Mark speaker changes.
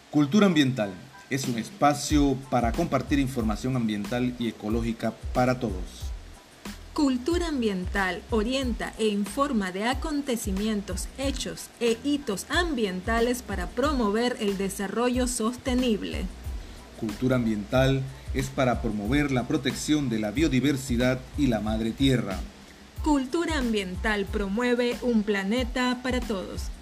Speaker 1: Cultura Ambiental es un espacio para compartir información ambiental y ecológica para todos.
Speaker 2: Cultura Ambiental orienta e informa de acontecimientos, hechos e hitos ambientales para promover el desarrollo sostenible.
Speaker 1: Cultura Ambiental es para promover la protección de la biodiversidad y la madre tierra.
Speaker 2: Cultura Ambiental promueve un planeta para todos.